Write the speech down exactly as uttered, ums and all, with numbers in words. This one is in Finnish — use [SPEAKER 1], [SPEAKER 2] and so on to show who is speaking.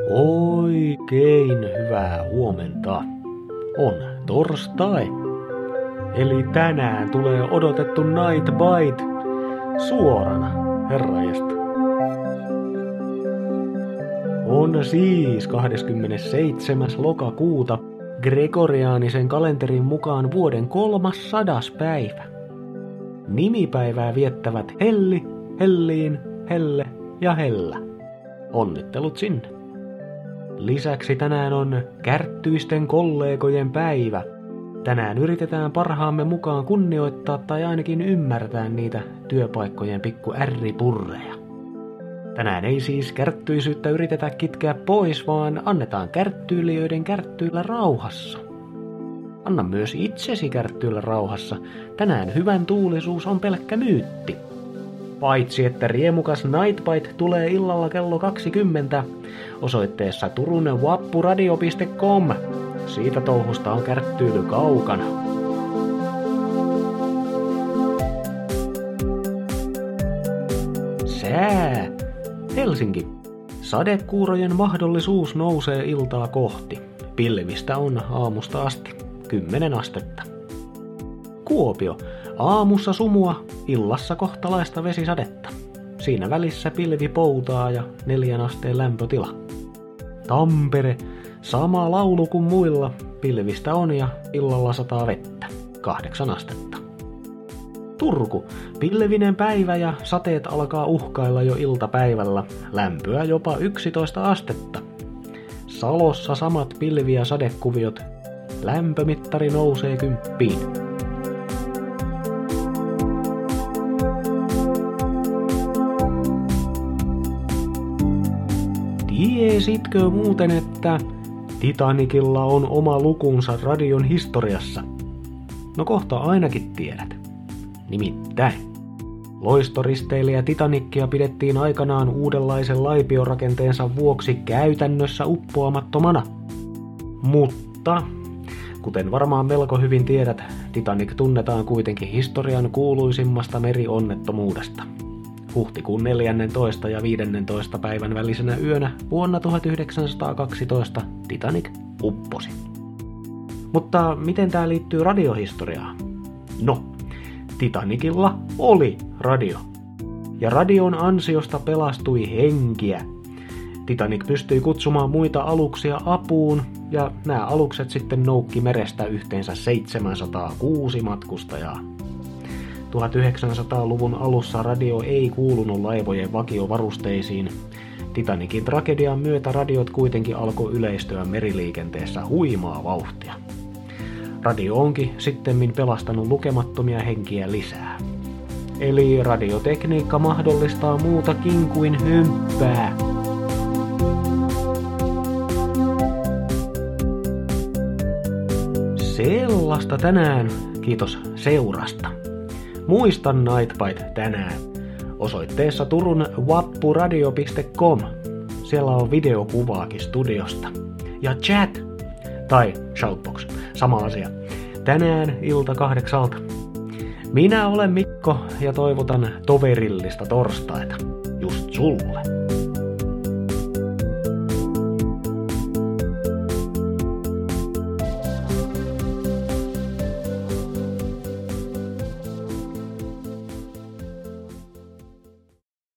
[SPEAKER 1] Oikein hyvää huomenta. On torstai. Eli tänään tulee odotettu Night Bite suorana, herrajesta. On siis kahdeskymmenesseitsemäs lokakuuta gregoriaanisen kalenterin mukaan vuoden kolmassadas päivä. Nimipäivää viettävät Helli, Helliin, Helle ja Hellä. Onnittelut sinne. Lisäksi tänään on kärttyisten kollegojen päivä. Tänään yritetään parhaamme mukaan kunnioittaa tai ainakin ymmärtää niitä työpaikkojen pikku ärripurreja. Tänään ei siis kärttyisyyttä yritetä kitkeä pois, vaan annetaan kärttyylijöiden kärttyillä rauhassa. Anna myös itsesi kärttyillä rauhassa. Tänään hyvän tuulisuus on pelkkä myytti. Paitsi että riemukas Night Bite tulee illalla kello kaksikymmentä osoitteessa turun vappuradio piste com. Siitä touhusta on kärttyily kaukana. Sää. Helsinki. Sadekuurojen mahdollisuus nousee iltaa kohti. Pilvistä on aamusta asti. kymmenen astetta. Kuopio. Aamussa sumua, illassa kohtalaista vesisadetta. Siinä välissä pilvi poutaa ja neljän asteen lämpötila. Tampere. Sama laulu kuin muilla. Pilvistä on ja illalla sataa vettä. Kahdeksan astetta. Turku. Pilvinen päivä ja sateet alkaa uhkailla jo iltapäivällä. Lämpöä jopa yksitoista astetta. Salossa samat pilvi- ja sadekuviot. Lämpömittari nousee kymppiin. Tiesitkö muuten, että Titanicilla on oma lukunsa radion historiassa? No kohta ainakin tiedät. Nimittäin. Loistoristeilijä Titanicia pidettiin aikanaan uudenlaisen laipiorakenteensa vuoksi käytännössä uppoamattomana. Mutta, kuten varmaan melko hyvin tiedät, Titanic tunnetaan kuitenkin historian kuuluisimmasta merionnettomuudesta. Huhtikuun neljännentoista ja viidennentoista päivän välisenä yönä vuonna tuhatyhdeksänsataakaksitoista Titanic upposi. Mutta miten tää liittyy radiohistoriaan? No, Titanicilla oli radio. Ja radion ansiosta pelastui henkiä. Titanic pystyi kutsumaan muita aluksia apuun, ja nämä alukset sitten noukki merestä yhteensä seitsemänsataakuusi matkustajaa. tuhatyhdeksänsataaluvun alussa radio ei kuulunut laivojen vakiovarusteisiin. Titanicin tragedian myötä radiot kuitenkin alkoi yleistyä meriliikenteessä huimaa vauhtia. Radio onkin sittemmin pelastanut lukemattomia henkiä lisää. Eli radiotekniikka mahdollistaa muutakin kuin hömppää. Sellaista tänään, kiitos seurasta. Muista Night Bite tänään osoitteessa turun vappuradio piste com. Siellä on videokuvaakin studiosta. Ja chat, tai shoutbox, sama asia. Tänään ilta kahdeksalta. Minä olen Mikko ja toivotan toverillista torstaita. Just sulle.